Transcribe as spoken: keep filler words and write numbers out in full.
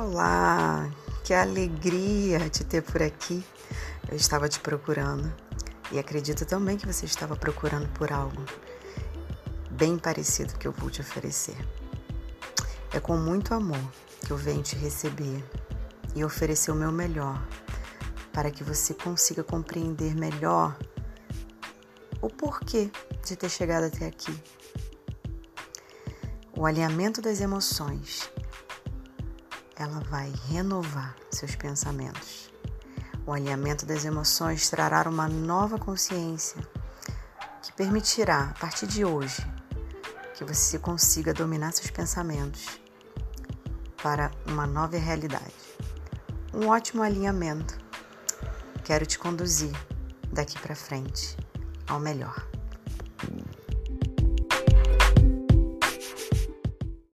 Olá, que alegria te ter por aqui. Eu estava te procurando e acredito também que você estava procurando por algo bem parecido que eu vou te oferecer. É com muito amor que eu venho te receber e oferecer o meu melhor para que você consiga compreender melhor o porquê de ter chegado até aqui. O alinhamento das emoções, ela vai renovar seus pensamentos. O alinhamento das emoções trará uma nova consciência que permitirá, a partir de hoje, que você consiga dominar seus pensamentos para uma nova realidade. Um ótimo alinhamento. Quero te conduzir daqui para frente ao melhor.